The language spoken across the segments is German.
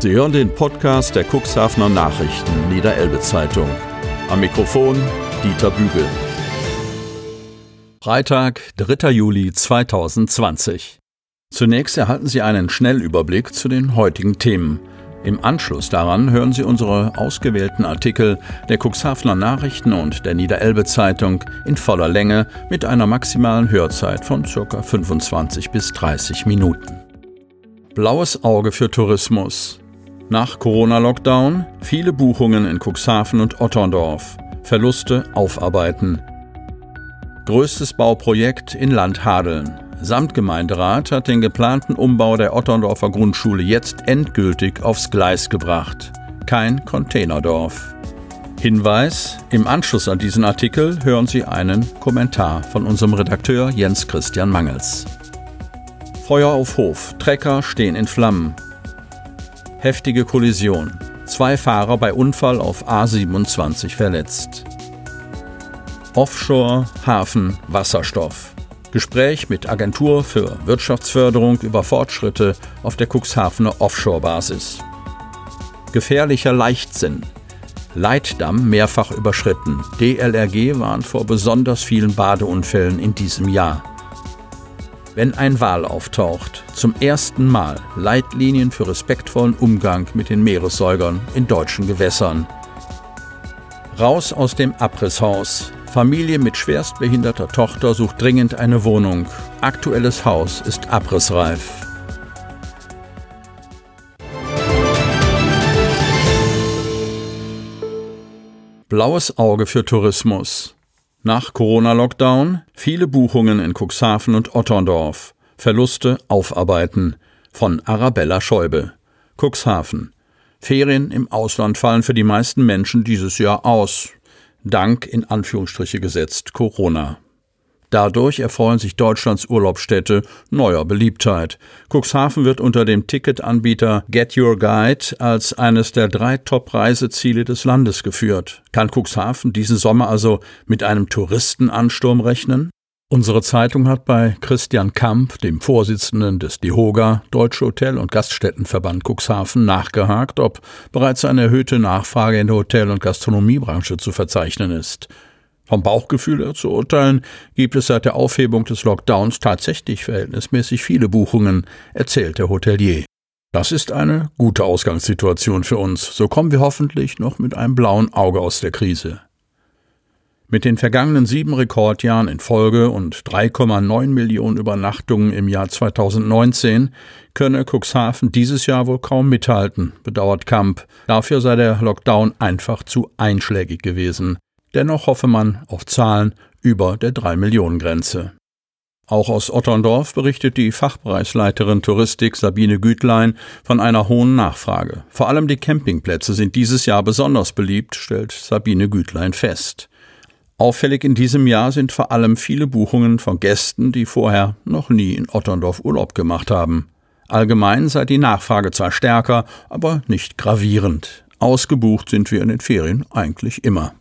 Sie hören den Podcast der Cuxhavener Nachrichten Niederelbe-Zeitung. Am Mikrofon Dieter Bügel. Freitag, 3. Juli 2020. Zunächst erhalten Sie einen Schnellüberblick zu den heutigen Themen. Im Anschluss daran hören Sie unsere ausgewählten Artikel der Cuxhavener Nachrichten und der Niederelbe-Zeitung in voller Länge mit einer maximalen Hörzeit von ca. 25 bis 30 Minuten. Blaues Auge für Tourismus. Nach Corona-Lockdown viele Buchungen in Cuxhaven und Otterndorf. Verluste aufarbeiten. Größtes Bauprojekt in Land Hadeln. Samtgemeinderat hat den geplanten Umbau der Otterndorfer Grundschule jetzt endgültig aufs Gleis gebracht. Kein Containerdorf. Hinweis: Im Anschluss an diesen Artikel hören Sie einen Kommentar von unserem Redakteur Jens Christian Mangels. Feuer auf Hof. Trecker stehen in Flammen. Heftige Kollision. 2 Fahrer bei Unfall auf A27 verletzt. Offshore, Hafen, Wasserstoff. Gespräch mit Agentur für Wirtschaftsförderung über Fortschritte auf der Cuxhavener Offshore-Basis. Gefährlicher Leichtsinn. Leitdamm mehrfach überschritten. DLRG warnt vor besonders vielen Badeunfällen in diesem Jahr. Wenn ein Wal auftaucht, zum ersten Mal Leitlinien für respektvollen Umgang mit den Meeressäugern in deutschen Gewässern. Raus aus dem Abrisshaus. Familie mit schwerstbehinderter Tochter sucht dringend eine Wohnung. Aktuelles Haus ist abrissreif. Blaues Auge für Tourismus. Nach Corona-Lockdown viele Buchungen in Cuxhaven und Otterndorf. Verluste aufarbeiten. Von Arabella Scheube. Cuxhaven. Ferien im Ausland fallen für die meisten Menschen dieses Jahr aus. Dank in Anführungsstriche gesetzt Corona. Dadurch erfreuen sich Deutschlands Urlaubsstädte neuer Beliebtheit. Cuxhaven wird unter dem Ticketanbieter Get Your Guide als eines der 3 Top-Reiseziele des Landes geführt. Kann Cuxhaven diesen Sommer also mit einem Touristenansturm rechnen? Unsere Zeitung hat bei Christian Kamp, dem Vorsitzenden des DEHOGA, Deutsche Hotel- und Gaststättenverband Cuxhaven, nachgehakt, ob bereits eine erhöhte Nachfrage in der Hotel- und Gastronomiebranche zu verzeichnen ist. Vom Bauchgefühl her zu urteilen, gibt es seit der Aufhebung des Lockdowns tatsächlich verhältnismäßig viele Buchungen, erzählt der Hotelier. Das ist eine gute Ausgangssituation für uns. So kommen wir hoffentlich noch mit einem blauen Auge aus der Krise. Mit den vergangenen 7 Rekordjahren in Folge und 3,9 Millionen Übernachtungen im Jahr 2019 könne Cuxhaven dieses Jahr wohl kaum mithalten, bedauert Kamp. Dafür sei der Lockdown einfach zu einschlägig gewesen. Dennoch hoffe man auf Zahlen über der 3-Millionen-Grenze. Auch aus Otterndorf berichtet die Fachbereichsleiterin Touristik Sabine Gütlein von einer hohen Nachfrage. Vor allem die Campingplätze sind dieses Jahr besonders beliebt, stellt Sabine Gütlein fest. Auffällig in diesem Jahr sind vor allem viele Buchungen von Gästen, die vorher noch nie in Otterndorf Urlaub gemacht haben. Allgemein sei die Nachfrage zwar stärker, aber nicht gravierend. Ausgebucht sind wir in den Ferien eigentlich immer.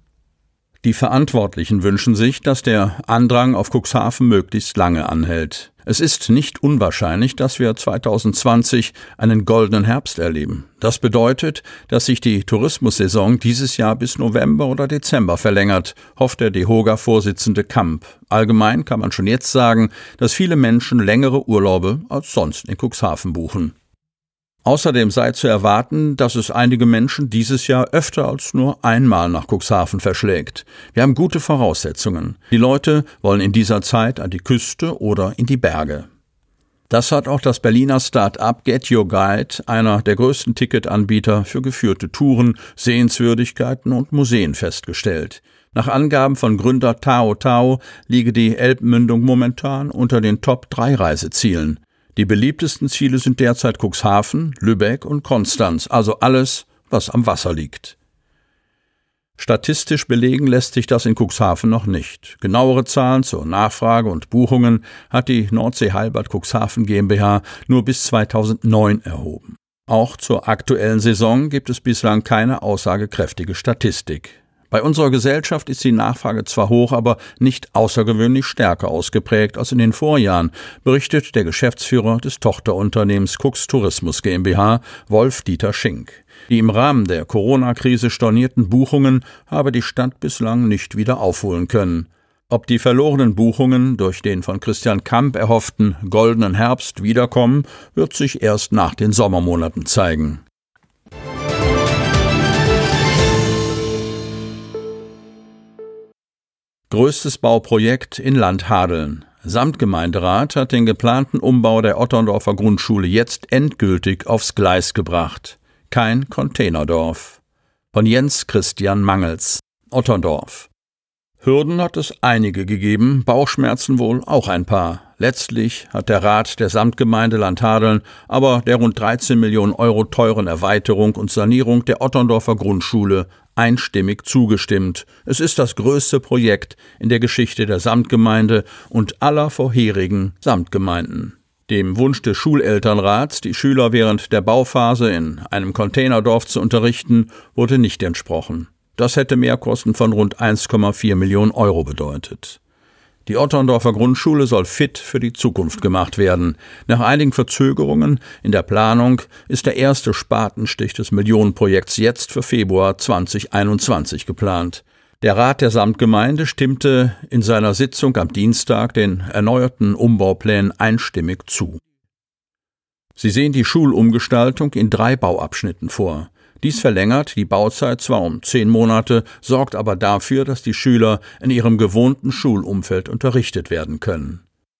Die Verantwortlichen wünschen sich, dass der Andrang auf Cuxhaven möglichst lange anhält. Es ist nicht unwahrscheinlich, dass wir 2020 einen goldenen Herbst erleben. Das bedeutet, dass sich die Tourismussaison dieses Jahr bis November oder Dezember verlängert, hofft der DEHOGA-Vorsitzende Kamp. Allgemein kann man schon jetzt sagen, dass viele Menschen längere Urlaube als sonst in Cuxhaven buchen. Außerdem sei zu erwarten, dass es einige Menschen dieses Jahr öfter als nur einmal nach Cuxhaven verschlägt. Wir haben gute Voraussetzungen. Die Leute wollen in dieser Zeit an die Küste oder in die Berge. Das hat auch das Berliner Start-up Get Your Guide, einer der größten Ticketanbieter für geführte Touren, Sehenswürdigkeiten und Museen, festgestellt. Nach Angaben von Gründer Tao Tao liege die Elbmündung momentan unter den Top-3 Reisezielen. Die beliebtesten Ziele sind derzeit Cuxhaven, Lübeck und Konstanz, also alles, was am Wasser liegt. Statistisch belegen lässt sich das in Cuxhaven noch nicht. Genauere Zahlen zur Nachfrage und Buchungen hat die Nordsee Heilbad Cuxhaven GmbH nur bis 2009 erhoben. Auch zur aktuellen Saison gibt es bislang keine aussagekräftige Statistik. Bei unserer Gesellschaft ist die Nachfrage zwar hoch, aber nicht außergewöhnlich stärker ausgeprägt als in den Vorjahren, berichtet der Geschäftsführer des Tochterunternehmens Cux Tourismus GmbH, Wolf-Dieter Schink. Die im Rahmen der Corona-Krise stornierten Buchungen habe die Stadt bislang nicht wieder aufholen können. Ob die verlorenen Buchungen durch den von Christian Kamp erhofften goldenen Herbst wiederkommen, wird sich erst nach den Sommermonaten zeigen. Größtes Bauprojekt in Land Hadeln. Samtgemeinderat hat den geplanten Umbau der Otterndorfer Grundschule jetzt endgültig aufs Gleis gebracht. Kein Containerdorf. Von Jens Christian Mangels, Otterndorf. Hürden hat es einige gegeben, Bauchschmerzen wohl auch ein paar. Letztlich hat der Rat der Samtgemeinde Land Hadeln aber der rund 13 Millionen Euro teuren Erweiterung und Sanierung der Otterndorfer Grundschule einstimmig zugestimmt. Es ist das größte Projekt in der Geschichte der Samtgemeinde und aller vorherigen Samtgemeinden. Dem Wunsch des Schulelternrats, die Schüler während der Bauphase in einem Containerdorf zu unterrichten, wurde nicht entsprochen. Das hätte Mehrkosten von rund 1,4 Millionen Euro bedeutet. Die Otterndorfer Grundschule soll fit für die Zukunft gemacht werden. Nach einigen Verzögerungen in der Planung ist der erste Spatenstich des Millionenprojekts jetzt für Februar 2021 geplant. Der Rat der Samtgemeinde stimmte in seiner Sitzung am Dienstag den erneuerten Umbauplänen einstimmig zu. Sie sehen die Schulumgestaltung in 3 Bauabschnitten vor. Dies verlängert die Bauzeit zwar um 10 Monate, sorgt aber dafür, dass die Schüler in ihrem gewohnten Schulumfeld unterrichtet werden können.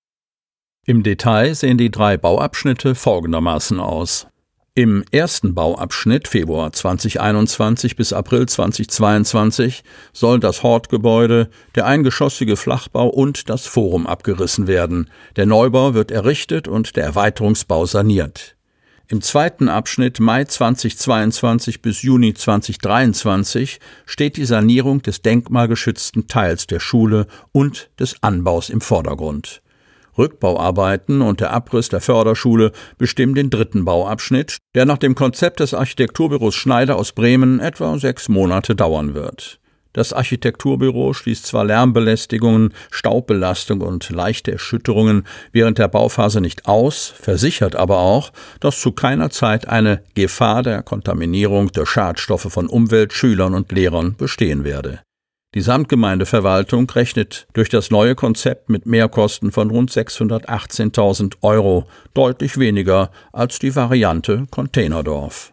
Im Detail sehen die 3 Bauabschnitte folgendermaßen aus. Im ersten Bauabschnitt Februar 2021 bis April 2022 soll das Hortgebäude, der eingeschossige Flachbau und das Forum abgerissen werden. Der Neubau wird errichtet und der Erweiterungsbau saniert. Im zweiten Abschnitt Mai 2022 bis Juni 2023 steht die Sanierung des denkmalgeschützten Teils der Schule und des Anbaus im Vordergrund. Rückbauarbeiten und der Abriss der Förderschule bestimmen den dritten Bauabschnitt, der nach dem Konzept des Architekturbüros Schneider aus Bremen etwa 6 Monate dauern wird. Das Architekturbüro schließt zwar Lärmbelästigungen, Staubbelastung und leichte Erschütterungen während der Bauphase nicht aus, versichert aber auch, dass zu keiner Zeit eine Gefahr der Kontaminierung durch Schadstoffe von Umwelt, Schülern und Lehrern bestehen werde. Die Samtgemeindeverwaltung rechnet durch das neue Konzept mit Mehrkosten von rund 618.000 Euro, deutlich weniger als die Variante Containerdorf.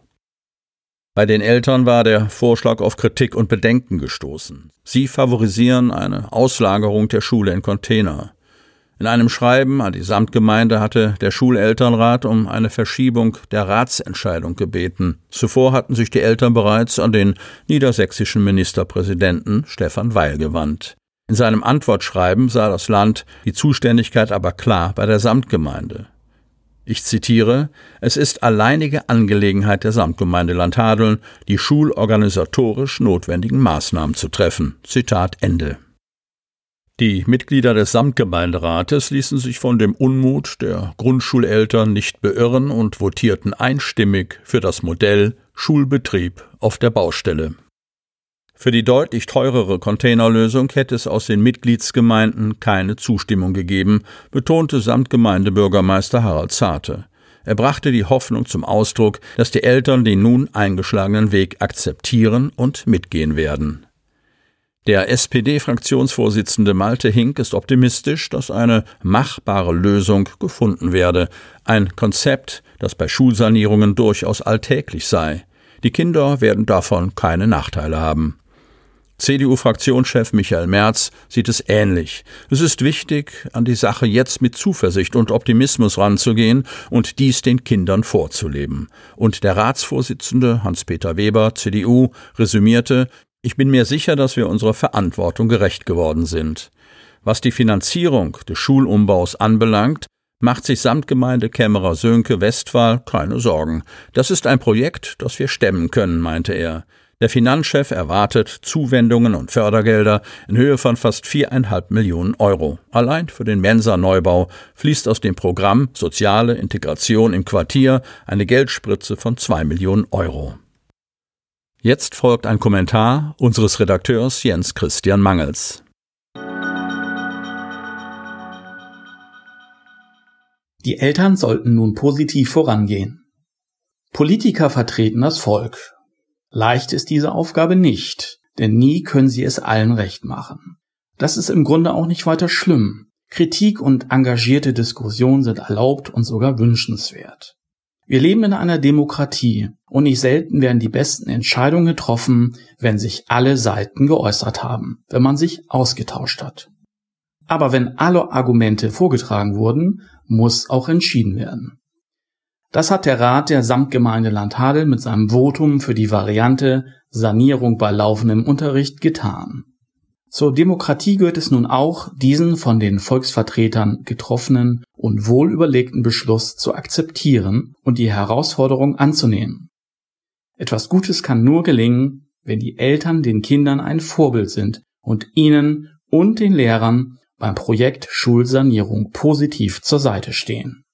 Bei den Eltern war der Vorschlag auf Kritik und Bedenken gestoßen. Sie favorisieren eine Auslagerung der Schule in Container. In einem Schreiben an die Samtgemeinde hatte der Schulelternrat um eine Verschiebung der Ratsentscheidung gebeten. Zuvor hatten sich die Eltern bereits an den niedersächsischen Ministerpräsidenten Stefan Weil gewandt. In seinem Antwortschreiben sah das Land die Zuständigkeit aber klar bei der Samtgemeinde. Ich zitiere: Es ist alleinige Angelegenheit der Samtgemeinde Land Hadeln, die schulorganisatorisch notwendigen Maßnahmen zu treffen. Zitat Ende. Die Mitglieder des Samtgemeinderates ließen sich von dem Unmut der Grundschuleltern nicht beirren und votierten einstimmig für das Modell Schulbetrieb auf der Baustelle. Für die deutlich teurere Containerlösung hätte es aus den Mitgliedsgemeinden keine Zustimmung gegeben, betonte Samtgemeindebürgermeister Harald Zarte. Er brachte die Hoffnung zum Ausdruck, dass die Eltern den nun eingeschlagenen Weg akzeptieren und mitgehen werden. Der SPD-Fraktionsvorsitzende Malte Hink ist optimistisch, dass eine machbare Lösung gefunden werde, ein Konzept, das bei Schulsanierungen durchaus alltäglich sei. Die Kinder werden davon keine Nachteile haben. CDU-Fraktionschef Michael Merz sieht es ähnlich. Es ist wichtig, an die Sache jetzt mit Zuversicht und Optimismus ranzugehen und dies den Kindern vorzuleben. Und der Ratsvorsitzende Hans-Peter Weber, CDU, resümierte: Ich bin mir sicher, dass wir unserer Verantwortung gerecht geworden sind. Was die Finanzierung des Schulumbaus anbelangt, macht sich Samtgemeinde Kämmerer-Sönke-Westphal keine Sorgen. Das ist ein Projekt, das wir stemmen können, meinte er. Der Finanzchef erwartet Zuwendungen und Fördergelder in Höhe von fast 4,5 Millionen Euro. Allein für den Mensa-Neubau fließt aus dem Programm Soziale Integration im Quartier eine Geldspritze von 2 Millionen Euro. Jetzt folgt ein Kommentar unseres Redakteurs Jens Christian Mangels. Die Eltern sollten nun positiv vorangehen. Politiker vertreten das Volk. Leicht ist diese Aufgabe nicht, denn nie können sie es allen recht machen. Das ist im Grunde auch nicht weiter schlimm. Kritik und engagierte Diskussion sind erlaubt und sogar wünschenswert. Wir leben in einer Demokratie und nicht selten werden die besten Entscheidungen getroffen, wenn sich alle Seiten geäußert haben, wenn man sich ausgetauscht hat. Aber wenn alle Argumente vorgetragen wurden, muss auch entschieden werden. Das hat der Rat der Samtgemeinde Landhadeln mit seinem Votum für die Variante Sanierung bei laufendem Unterricht getan. Zur Demokratie gehört es nun auch, diesen von den Volksvertretern getroffenen und wohlüberlegten Beschluss zu akzeptieren und die Herausforderung anzunehmen. Etwas Gutes kann nur gelingen, wenn die Eltern den Kindern ein Vorbild sind und ihnen und den Lehrern beim Projekt Schulsanierung positiv zur Seite stehen.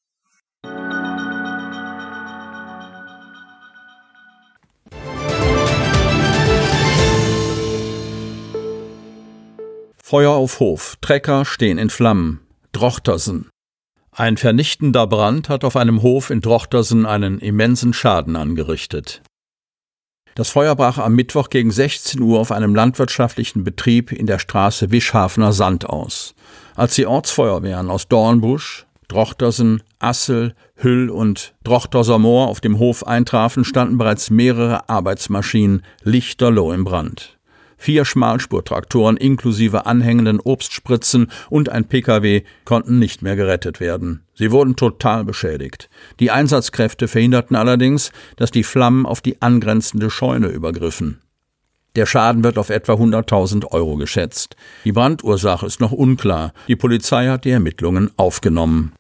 Feuer auf Hof, Trecker stehen in Flammen. Drochtersen. Ein vernichtender Brand hat auf einem Hof in Drochtersen einen immensen Schaden angerichtet. Das Feuer brach am Mittwoch gegen 16 Uhr auf einem landwirtschaftlichen Betrieb in der Straße Wischhafener Sand aus. Als die Ortsfeuerwehren aus Dornbusch, Drochtersen, Assel, Hüll und Drochterser Moor auf dem Hof eintrafen, standen bereits mehrere Arbeitsmaschinen lichterloh im Brand. 4 Schmalspurtraktoren inklusive anhängenden Obstspritzen und ein Pkw konnten nicht mehr gerettet werden. Sie wurden total beschädigt. Die Einsatzkräfte verhinderten allerdings, dass die Flammen auf die angrenzende Scheune übergriffen. Der Schaden wird auf etwa 100.000 € geschätzt. Die Brandursache ist noch unklar. Die Polizei hat die Ermittlungen aufgenommen.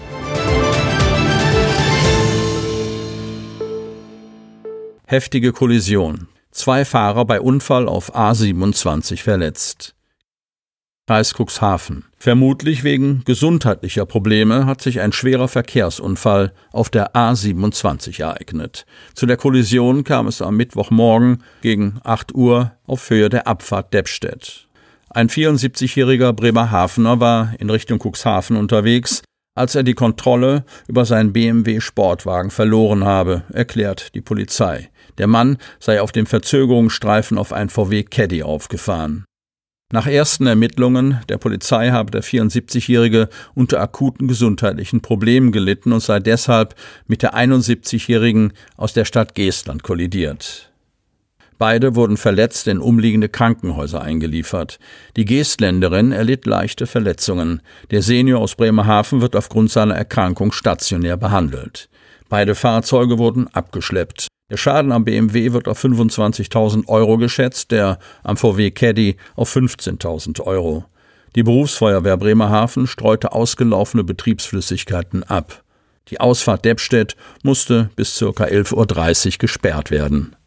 Heftige Kollision. 2 Fahrer bei Unfall auf A27 verletzt. Kreis Cuxhaven. Vermutlich wegen gesundheitlicher Probleme hat sich ein schwerer Verkehrsunfall auf der A27 ereignet. Zu der Kollision kam es am Mittwochmorgen gegen 8 Uhr auf Höhe der Abfahrt Deppstedt. Ein 74-jähriger Bremerhavener war in Richtung Cuxhaven unterwegs, als er die Kontrolle über seinen BMW-Sportwagen verloren habe, erklärt die Polizei. Der Mann sei auf dem Verzögerungsstreifen auf ein VW Caddy aufgefahren. Nach ersten Ermittlungen der Polizei habe der 74-Jährige unter akuten gesundheitlichen Problemen gelitten und sei deshalb mit der 71-Jährigen aus der Stadt Geestland kollidiert. Beide wurden verletzt in umliegende Krankenhäuser eingeliefert. Die Geestländerin erlitt leichte Verletzungen. Der Senior aus Bremerhaven wird aufgrund seiner Erkrankung stationär behandelt. Beide Fahrzeuge wurden abgeschleppt. Der Schaden am BMW wird auf 25.000 € geschätzt, der am VW Caddy auf 15.000 €. Die Berufsfeuerwehr Bremerhaven streute ausgelaufene Betriebsflüssigkeiten ab. Die Ausfahrt Deppstedt musste bis ca. 11:30 Uhr gesperrt werden.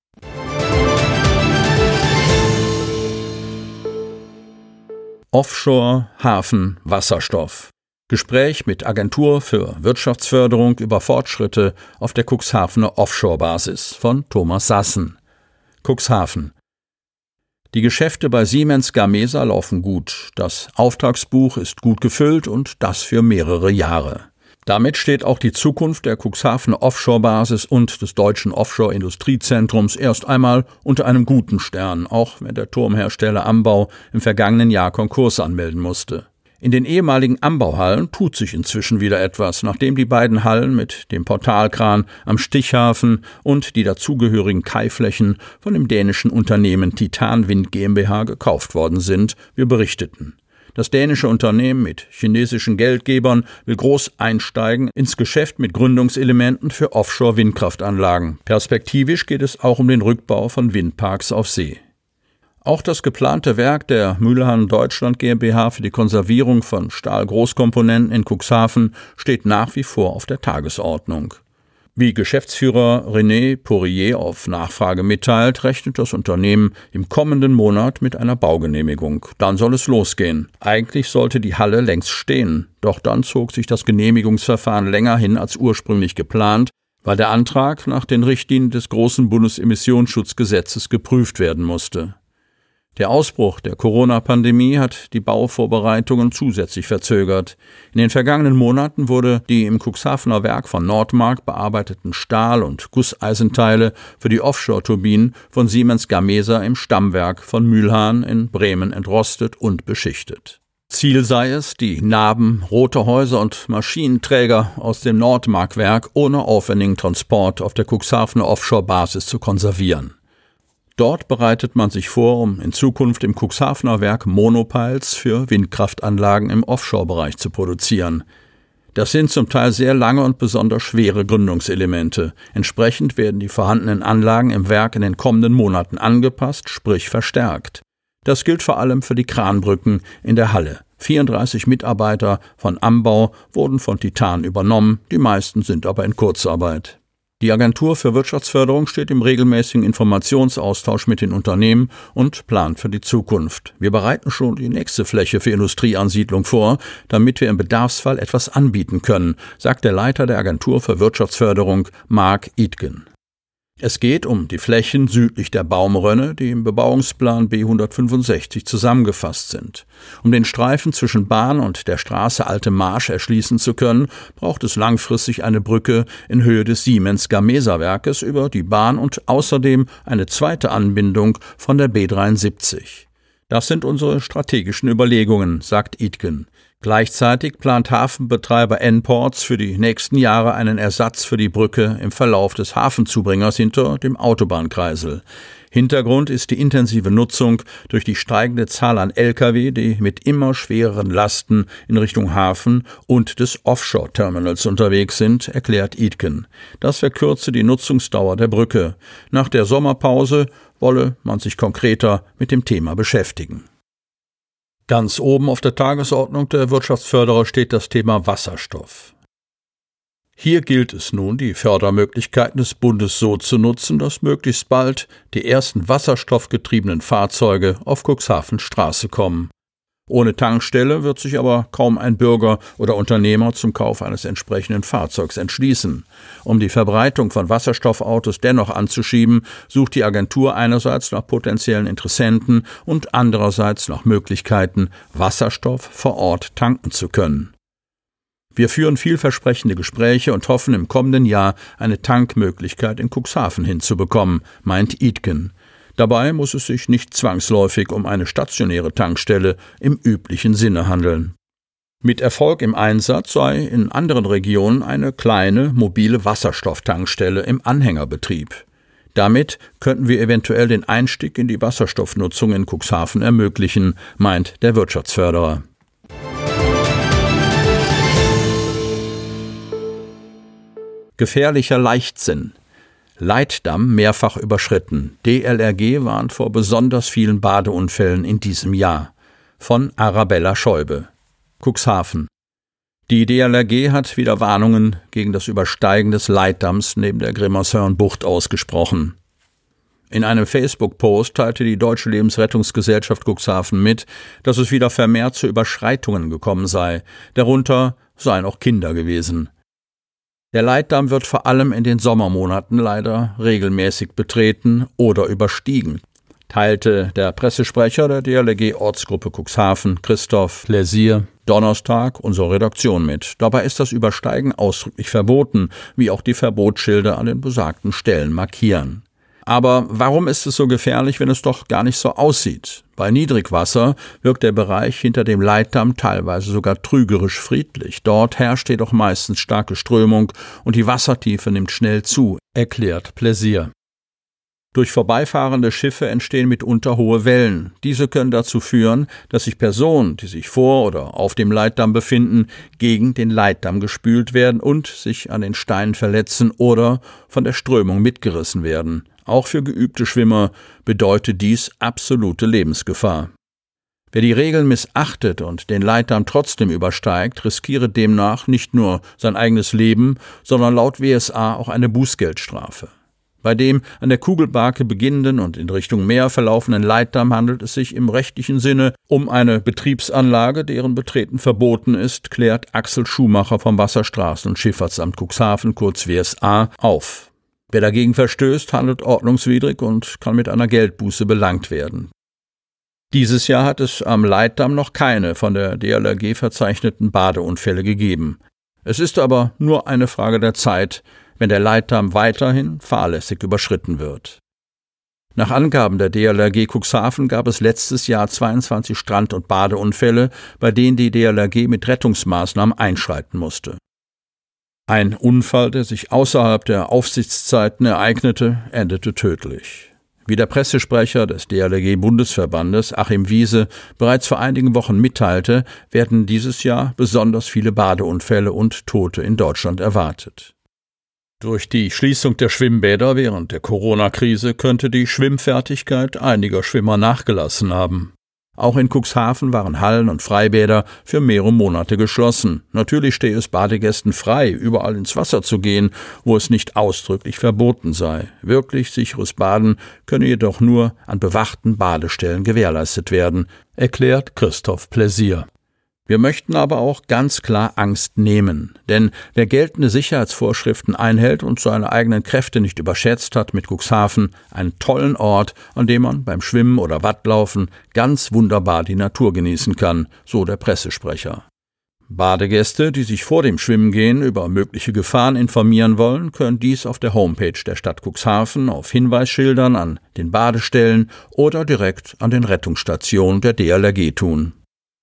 Offshore, Hafen, Wasserstoff. Gespräch mit Agentur für Wirtschaftsförderung über Fortschritte auf der Cuxhavener Offshore-Basis von Thomas Sassen. Cuxhaven. Die Geschäfte bei Siemens Gamesa laufen gut. Das Auftragsbuch ist gut gefüllt und das für mehrere Jahre. Damit steht auch die Zukunft der Cuxhavener Offshore-Basis und des deutschen Offshore-Industriezentrums erst einmal unter einem guten Stern, auch wenn der Turmhersteller Ambau im vergangenen Jahr Konkurs anmelden musste. In den ehemaligen Ambauhallen tut sich inzwischen wieder etwas, nachdem die beiden Hallen mit dem Portalkran am Stichhafen und die dazugehörigen Kaiflächen von dem dänischen Unternehmen Titan Wind GmbH gekauft worden sind, wir berichteten. Das dänische Unternehmen mit chinesischen Geldgebern will groß einsteigen ins Geschäft mit Gründungselementen für Offshore-Windkraftanlagen. Perspektivisch geht es auch um den Rückbau von Windparks auf See. Auch das geplante Werk der Mülheim Deutschland GmbH für die Konservierung von Stahlgroßkomponenten in Cuxhaven steht nach wie vor auf der Tagesordnung. Wie Geschäftsführer René Poirier auf Nachfrage mitteilt, rechnet das Unternehmen im kommenden Monat mit einer Baugenehmigung. Dann soll es losgehen. Eigentlich sollte die Halle längst stehen, doch dann zog sich das Genehmigungsverfahren länger hin als ursprünglich geplant, weil der Antrag nach den Richtlinien des großen Bundesemissionsschutzgesetzes geprüft werden musste. Der Ausbruch der Corona-Pandemie hat die Bauvorbereitungen zusätzlich verzögert. In den vergangenen Monaten wurde die im Cuxhavener Werk von Nordmark bearbeiteten Stahl- und Gusseisenteile für die Offshore-Turbinen von Siemens Gamesa im Stammwerk von Mülhahn in Bremen entrostet und beschichtet. Ziel sei es, die Naben, rote Häuser und Maschinenträger aus dem Nordmark-Werk ohne aufwendigen Transport auf der Cuxhavener Offshore-Basis zu konservieren. Dort bereitet man sich vor, um in Zukunft im Cuxhavener Werk Monopiles für Windkraftanlagen im Offshore-Bereich zu produzieren. Das sind zum Teil sehr lange und besonders schwere Gründungselemente. Entsprechend werden die vorhandenen Anlagen im Werk in den kommenden Monaten angepasst, sprich verstärkt. Das gilt vor allem für die Kranbrücken in der Halle. 34 Mitarbeiter von Ambau wurden von Titan übernommen, die meisten sind aber in Kurzarbeit. Die Agentur für Wirtschaftsförderung steht im regelmäßigen Informationsaustausch mit den Unternehmen und plant für die Zukunft. Wir bereiten schon die nächste Fläche für Industrieansiedlung vor, damit wir im Bedarfsfall etwas anbieten können, sagt der Leiter der Agentur für Wirtschaftsförderung, Mark Idgen. Es geht um die Flächen südlich der Baumrönne, die im Bebauungsplan B165 zusammengefasst sind. Um den Streifen zwischen Bahn und der Straße Alte Marsch erschließen zu können, braucht es langfristig eine Brücke in Höhe des Siemens-Gamesa-Werkes über die Bahn und außerdem eine zweite Anbindung von der B73. Das sind unsere strategischen Überlegungen, sagt Idgen. Gleichzeitig plant Hafenbetreiber N-Ports für die nächsten Jahre einen Ersatz für die Brücke im Verlauf des Hafenzubringers hinter dem Autobahnkreisel. Hintergrund ist die intensive Nutzung durch die steigende Zahl an Lkw, die mit immer schwereren Lasten in Richtung Hafen und des Offshore-Terminals unterwegs sind, erklärt Idgen. Das verkürze die Nutzungsdauer der Brücke. Nach der Sommerpause wolle man sich konkreter mit dem Thema beschäftigen. Ganz oben auf der Tagesordnung der Wirtschaftsförderer steht das Thema Wasserstoff. Hier gilt es nun, die Fördermöglichkeiten des Bundes so zu nutzen, dass möglichst bald die ersten wasserstoffgetriebenen Fahrzeuge auf Cuxhavens Straße kommen. Ohne Tankstelle wird sich aber kaum ein Bürger oder Unternehmer zum Kauf eines entsprechenden Fahrzeugs entschließen. Um die Verbreitung von Wasserstoffautos dennoch anzuschieben, sucht die Agentur einerseits nach potenziellen Interessenten und andererseits nach Möglichkeiten, Wasserstoff vor Ort tanken zu können. Wir führen vielversprechende Gespräche und hoffen im kommenden Jahr eine Tankmöglichkeit in Cuxhaven hinzubekommen, meint Idgen. Dabei muss es sich nicht zwangsläufig um eine stationäre Tankstelle im üblichen Sinne handeln. Mit Erfolg im Einsatz sei in anderen Regionen eine kleine, mobile Wasserstofftankstelle im Anhängerbetrieb. Damit könnten wir eventuell den Einstieg in die Wasserstoffnutzung in Cuxhaven ermöglichen, meint der Wirtschaftsförderer. Gefährlicher Leichtsinn. Leitdamm mehrfach überschritten. DLRG warnt vor besonders vielen Badeunfällen in diesem Jahr. Von Arabella Schäuble. Cuxhaven. Die DLRG hat wieder Warnungen gegen das Übersteigen des Leitdamms neben der Grimmershörnbucht ausgesprochen. In einem Facebook-Post teilte die Deutsche Lebensrettungsgesellschaft Cuxhaven mit, dass es wieder vermehrt zu Überschreitungen gekommen sei. Darunter seien auch Kinder gewesen. Der Leitdamm wird vor allem in den Sommermonaten leider regelmäßig betreten oder überstiegen, teilte der Pressesprecher der DLRG-Ortsgruppe Cuxhaven, Christoph Pläsier, Donnerstag unserer Redaktion mit. Dabei ist das Übersteigen ausdrücklich verboten, wie auch die Verbotsschilder an den besagten Stellen markieren. Aber warum ist es so gefährlich, wenn es doch gar nicht so aussieht? Bei Niedrigwasser wirkt der Bereich hinter dem Leitdamm teilweise sogar trügerisch friedlich. Dort herrscht jedoch meistens starke Strömung und die Wassertiefe nimmt schnell zu, erklärt Pläsier. Durch vorbeifahrende Schiffe entstehen mitunter hohe Wellen. Diese können dazu führen, dass sich Personen, die sich vor oder auf dem Leitdamm befinden, gegen den Leitdamm gespült werden und sich an den Steinen verletzen oder von der Strömung mitgerissen werden. Auch für geübte Schwimmer bedeutet dies absolute Lebensgefahr. Wer die Regeln missachtet und den Leitdamm trotzdem übersteigt, riskiere demnach nicht nur sein eigenes Leben, sondern laut WSA auch eine Bußgeldstrafe. Bei dem an der Kugelbarke beginnenden und in Richtung Meer verlaufenden Leitdamm handelt es sich im rechtlichen Sinne um eine Betriebsanlage, deren Betreten verboten ist, klärt Axel Schumacher vom Wasserstraßen- und Schifffahrtsamt Cuxhaven, kurz WSA, auf. Wer dagegen verstößt, handelt ordnungswidrig und kann mit einer Geldbuße belangt werden. Dieses Jahr hat es am Leitdamm noch keine von der DLRG verzeichneten Badeunfälle gegeben. Es ist aber nur eine Frage der Zeit, wenn der Leitdamm weiterhin fahrlässig überschritten wird. Nach Angaben der DLRG Cuxhaven gab es letztes Jahr 22 Strand- und Badeunfälle, bei denen die DLRG mit Rettungsmaßnahmen einschreiten musste. Ein Unfall, der sich außerhalb der Aufsichtszeiten ereignete, endete tödlich. Wie der Pressesprecher des DLRG-Bundesverbandes, Achim Wiese, bereits vor einigen Wochen mitteilte, werden dieses Jahr besonders viele Badeunfälle und Tote in Deutschland erwartet. Durch die Schließung der Schwimmbäder während der Corona-Krise könnte die Schwimmfertigkeit einiger Schwimmer nachgelassen haben. Auch in Cuxhaven waren Hallen und Freibäder für mehrere Monate geschlossen. Natürlich stehe es Badegästen frei, überall ins Wasser zu gehen, wo es nicht ausdrücklich verboten sei. Wirklich sicheres Baden könne jedoch nur an bewachten Badestellen gewährleistet werden, erklärt Christoph Pläsier. Wir möchten aber auch ganz klar Angst nehmen, denn wer geltende Sicherheitsvorschriften einhält und seine eigenen Kräfte nicht überschätzt, hat mit Cuxhaven einen tollen Ort, an dem man beim Schwimmen oder Wattlaufen ganz wunderbar die Natur genießen kann, so der Pressesprecher. Badegäste, die sich vor dem Schwimmengehen über mögliche Gefahren informieren wollen, können dies auf der Homepage der Stadt Cuxhaven, auf Hinweisschildern an den Badestellen oder direkt an den Rettungsstationen der DLRG tun.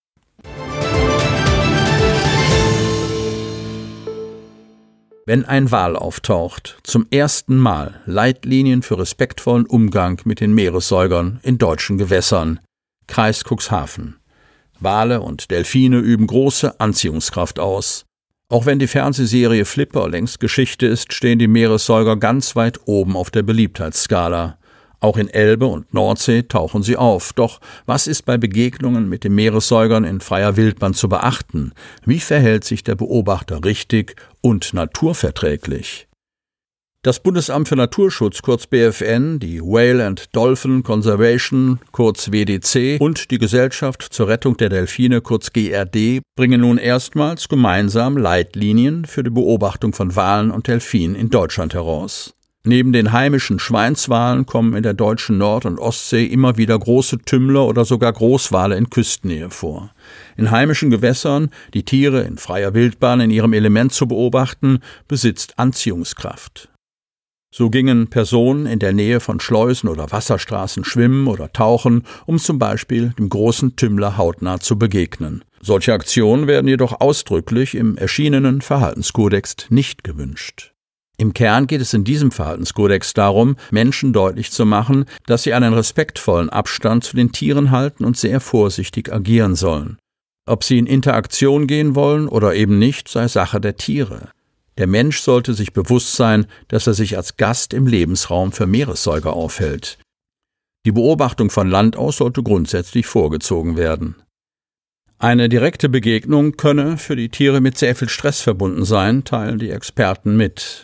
Wenn ein Wal auftaucht, zum ersten Mal Leitlinien für respektvollen Umgang mit den Meeressäugern in deutschen Gewässern. Kreis Cuxhaven. Wale und Delfine üben große Anziehungskraft aus. Auch wenn die Fernsehserie Flipper längst Geschichte ist, stehen die Meeressäuger ganz weit oben auf der Beliebtheitsskala. Auch in Elbe und Nordsee tauchen sie auf. Doch was ist bei Begegnungen mit den Meeressäugern in freier Wildbahn zu beachten? Wie verhält sich der Beobachter richtig und naturverträglich? Das Bundesamt für Naturschutz, kurz BfN, die Whale and Dolphin Conservation, kurz WDC, und die Gesellschaft zur Rettung der Delfine, kurz GRD, bringen nun erstmals gemeinsam Leitlinien für die Beobachtung von Walen und Delfinen in Deutschland heraus. Neben den heimischen Schweinswalen kommen in der deutschen Nord- und Ostsee immer wieder große Tümmler oder sogar Großwale in Küstennähe vor. In heimischen Gewässern, die Tiere in freier Wildbahn in ihrem Element zu beobachten, besitzt Anziehungskraft. So gingen Personen in der Nähe von Schleusen oder Wasserstraßen schwimmen oder tauchen, um zum Beispiel dem großen Tümmler hautnah zu begegnen. Solche Aktionen werden jedoch ausdrücklich im erschienenen Verhaltenskodex nicht gewünscht. Im Kern geht es in diesem Verhaltenskodex darum, Menschen deutlich zu machen, dass sie einen respektvollen Abstand zu den Tieren halten und sehr vorsichtig agieren sollen. Ob sie in Interaktion gehen wollen oder eben nicht, sei Sache der Tiere. Der Mensch sollte sich bewusst sein, dass er sich als Gast im Lebensraum für Meeressäuger aufhält. Die Beobachtung von Land aus sollte grundsätzlich vorgezogen werden. Eine direkte Begegnung könne für die Tiere mit sehr viel Stress verbunden sein, teilen die Experten mit.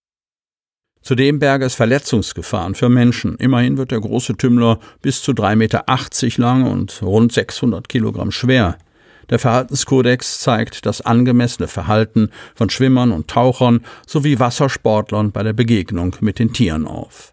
Zudem berge es Verletzungsgefahren für Menschen. Immerhin wird der große Tümmler bis zu 3,80 Meter lang und rund 600 Kilogramm schwer. Der Verhaltenskodex zeigt das angemessene Verhalten von Schwimmern und Tauchern sowie Wassersportlern bei der Begegnung mit den Tieren auf.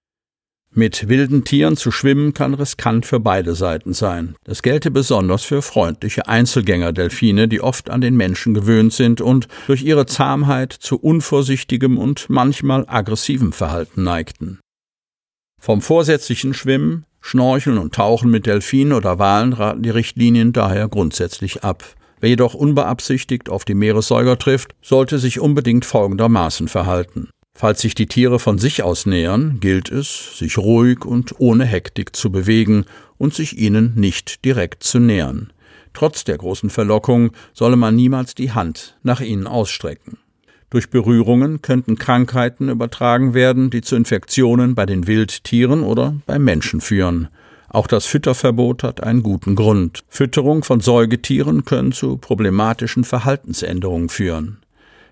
Mit wilden Tieren zu schwimmen kann riskant für beide Seiten sein. Das gelte besonders für freundliche Einzelgänger-Delfine, die oft an den Menschen gewöhnt sind und durch ihre Zahmheit zu unvorsichtigem und manchmal aggressivem Verhalten neigten. Vom vorsätzlichen Schwimmen, Schnorcheln und Tauchen mit Delfinen oder Walen raten die Richtlinien daher grundsätzlich ab. Wer jedoch unbeabsichtigt auf die Meeressäuger trifft, sollte sich unbedingt folgendermaßen verhalten. Falls sich die Tiere von sich aus nähern, gilt es, sich ruhig und ohne Hektik zu bewegen und sich ihnen nicht direkt zu nähern. Trotz der großen Verlockung solle man niemals die Hand nach ihnen ausstrecken. Durch Berührungen könnten Krankheiten übertragen werden, die zu Infektionen bei den Wildtieren oder beim Menschen führen. Auch das Fütterverbot hat einen guten Grund. Fütterung von Säugetieren können zu problematischen Verhaltensänderungen führen.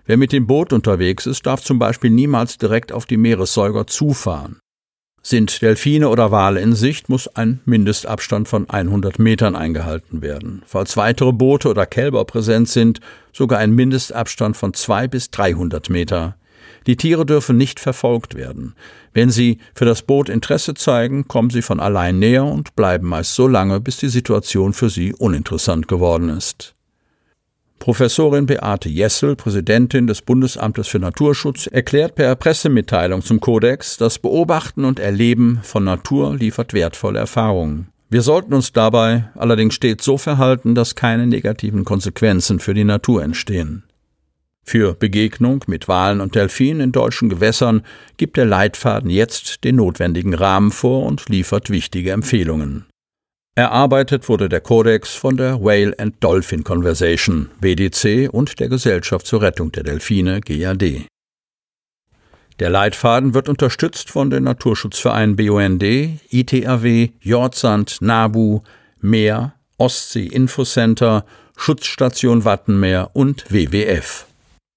Wer mit dem Boot unterwegs ist, darf zum Beispiel niemals direkt auf die Meeressäuger zufahren. Sind Delfine oder Wale in Sicht, muss ein Mindestabstand von 100 Metern eingehalten werden. Falls weitere Boote oder Kälber präsent sind, sogar ein Mindestabstand von 200 bis 300 Meter. Die Tiere dürfen nicht verfolgt werden. Wenn sie für das Boot Interesse zeigen, kommen sie von allein näher und bleiben meist so lange, bis die Situation für sie uninteressant geworden ist. Professorin Beate Jessel, Präsidentin des Bundesamtes für Naturschutz, erklärt per Pressemitteilung zum Kodex, das Beobachten und Erleben von Natur liefert wertvolle Erfahrungen. Wir sollten uns dabei allerdings stets so verhalten, dass keine negativen Konsequenzen für die Natur entstehen. Für Begegnung mit Walen und Delfinen in deutschen Gewässern gibt der Leitfaden jetzt den notwendigen Rahmen vor und liefert wichtige Empfehlungen. Erarbeitet wurde der Kodex von der Whale and Dolphin Conversation, WDC, und der Gesellschaft zur Rettung der Delfine, GAD. Der Leitfaden wird unterstützt von den Naturschutzvereinen BUND, ITAW, Jordsand, NABU, Meer, Ostsee Infocenter, Schutzstation Wattenmeer und WWF.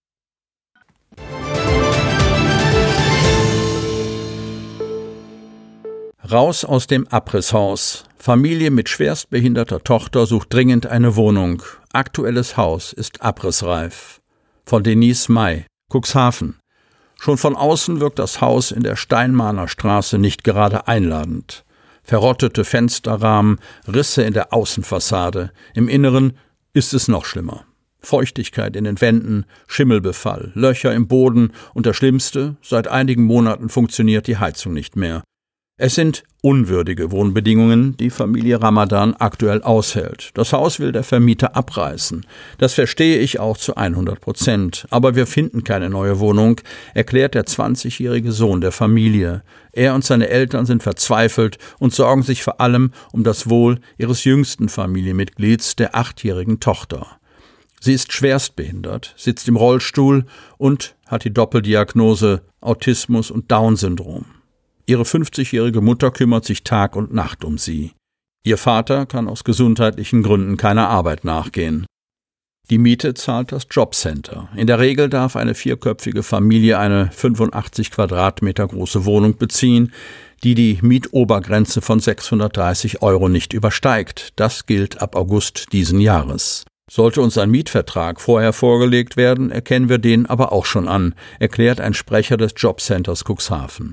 Raus aus dem Abrisshaus. Familie mit schwerstbehinderter Tochter sucht dringend eine Wohnung. Aktuelles Haus ist abrissreif. Von Denise May, Cuxhaven. Schon von außen wirkt das Haus in der Steinmahner Straße nicht gerade einladend. Verrottete Fensterrahmen, Risse in der Außenfassade. Im Inneren ist es noch schlimmer. Feuchtigkeit in den Wänden, Schimmelbefall, Löcher im Boden und das Schlimmste, seit einigen Monaten funktioniert die Heizung nicht mehr. Es sind unwürdige Wohnbedingungen, die Familie Ramadan aktuell aushält. Das Haus will der Vermieter abreißen. Das verstehe ich auch zu 100%. Aber wir finden keine neue Wohnung, erklärt der 20-jährige Sohn der Familie. Er und seine Eltern sind verzweifelt und sorgen sich vor allem um das Wohl ihres jüngsten Familienmitglieds, der 8-jährigen Tochter. Sie ist schwerstbehindert, sitzt im Rollstuhl und hat die Doppeldiagnose Autismus und Down-Syndrom. Ihre 50-jährige Mutter kümmert sich Tag und Nacht um sie. Ihr Vater kann aus gesundheitlichen Gründen keiner Arbeit nachgehen. Die Miete zahlt das Jobcenter. In der Regel darf eine 4-köpfige Familie eine 85 Quadratmeter große Wohnung beziehen, die die Mietobergrenze von 630 € nicht übersteigt. Das gilt ab August diesen Jahres. Sollte uns ein Mietvertrag vorher vorgelegt werden, erkennen wir den aber auch schon an, erklärt ein Sprecher des Jobcenters Cuxhaven.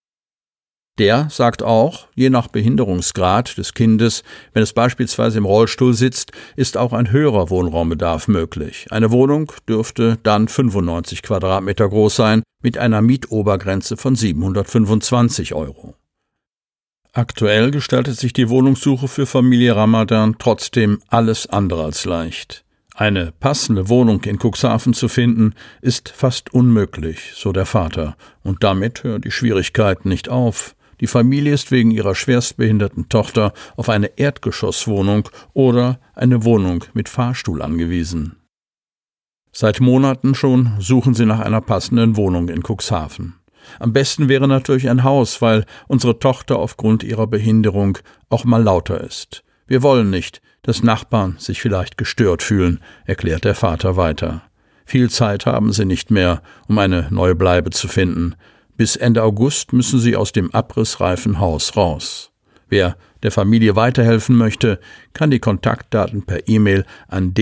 Der sagt auch, je nach Behinderungsgrad des Kindes, wenn es beispielsweise im Rollstuhl sitzt, ist auch ein höherer Wohnraumbedarf möglich. Eine Wohnung dürfte dann 95 Quadratmeter groß sein, mit einer Mietobergrenze von 725 €. Aktuell gestaltet sich die Wohnungssuche für Familie Ramadan trotzdem alles andere als leicht. Eine passende Wohnung in Cuxhaven zu finden, ist fast unmöglich, so der Vater. Und damit hören die Schwierigkeiten nicht auf. Die Familie ist wegen ihrer schwerstbehinderten Tochter auf eine Erdgeschosswohnung oder eine Wohnung mit Fahrstuhl angewiesen. Seit Monaten schon suchen sie nach einer passenden Wohnung in Cuxhaven. Am besten wäre natürlich ein Haus, weil unsere Tochter aufgrund ihrer Behinderung auch mal lauter ist. Wir wollen nicht, dass Nachbarn sich vielleicht gestört fühlen, erklärt der Vater weiter. Viel Zeit haben sie nicht mehr, um eine neue Bleibe zu finden. Bis Ende August müssen sie aus dem abrissreifen Haus raus. Wer der Familie weiterhelfen möchte, kann die Kontaktdaten per E-Mail an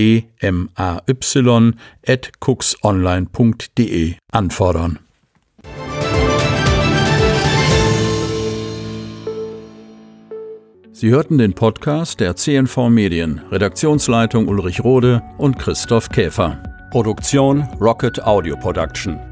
dmay@cuxonline.de anfordern. Sie hörten den Podcast der CNV Medien, Redaktionsleitung Ulrich Rode und Christoph Käfer. Produktion Rocket Audio Production.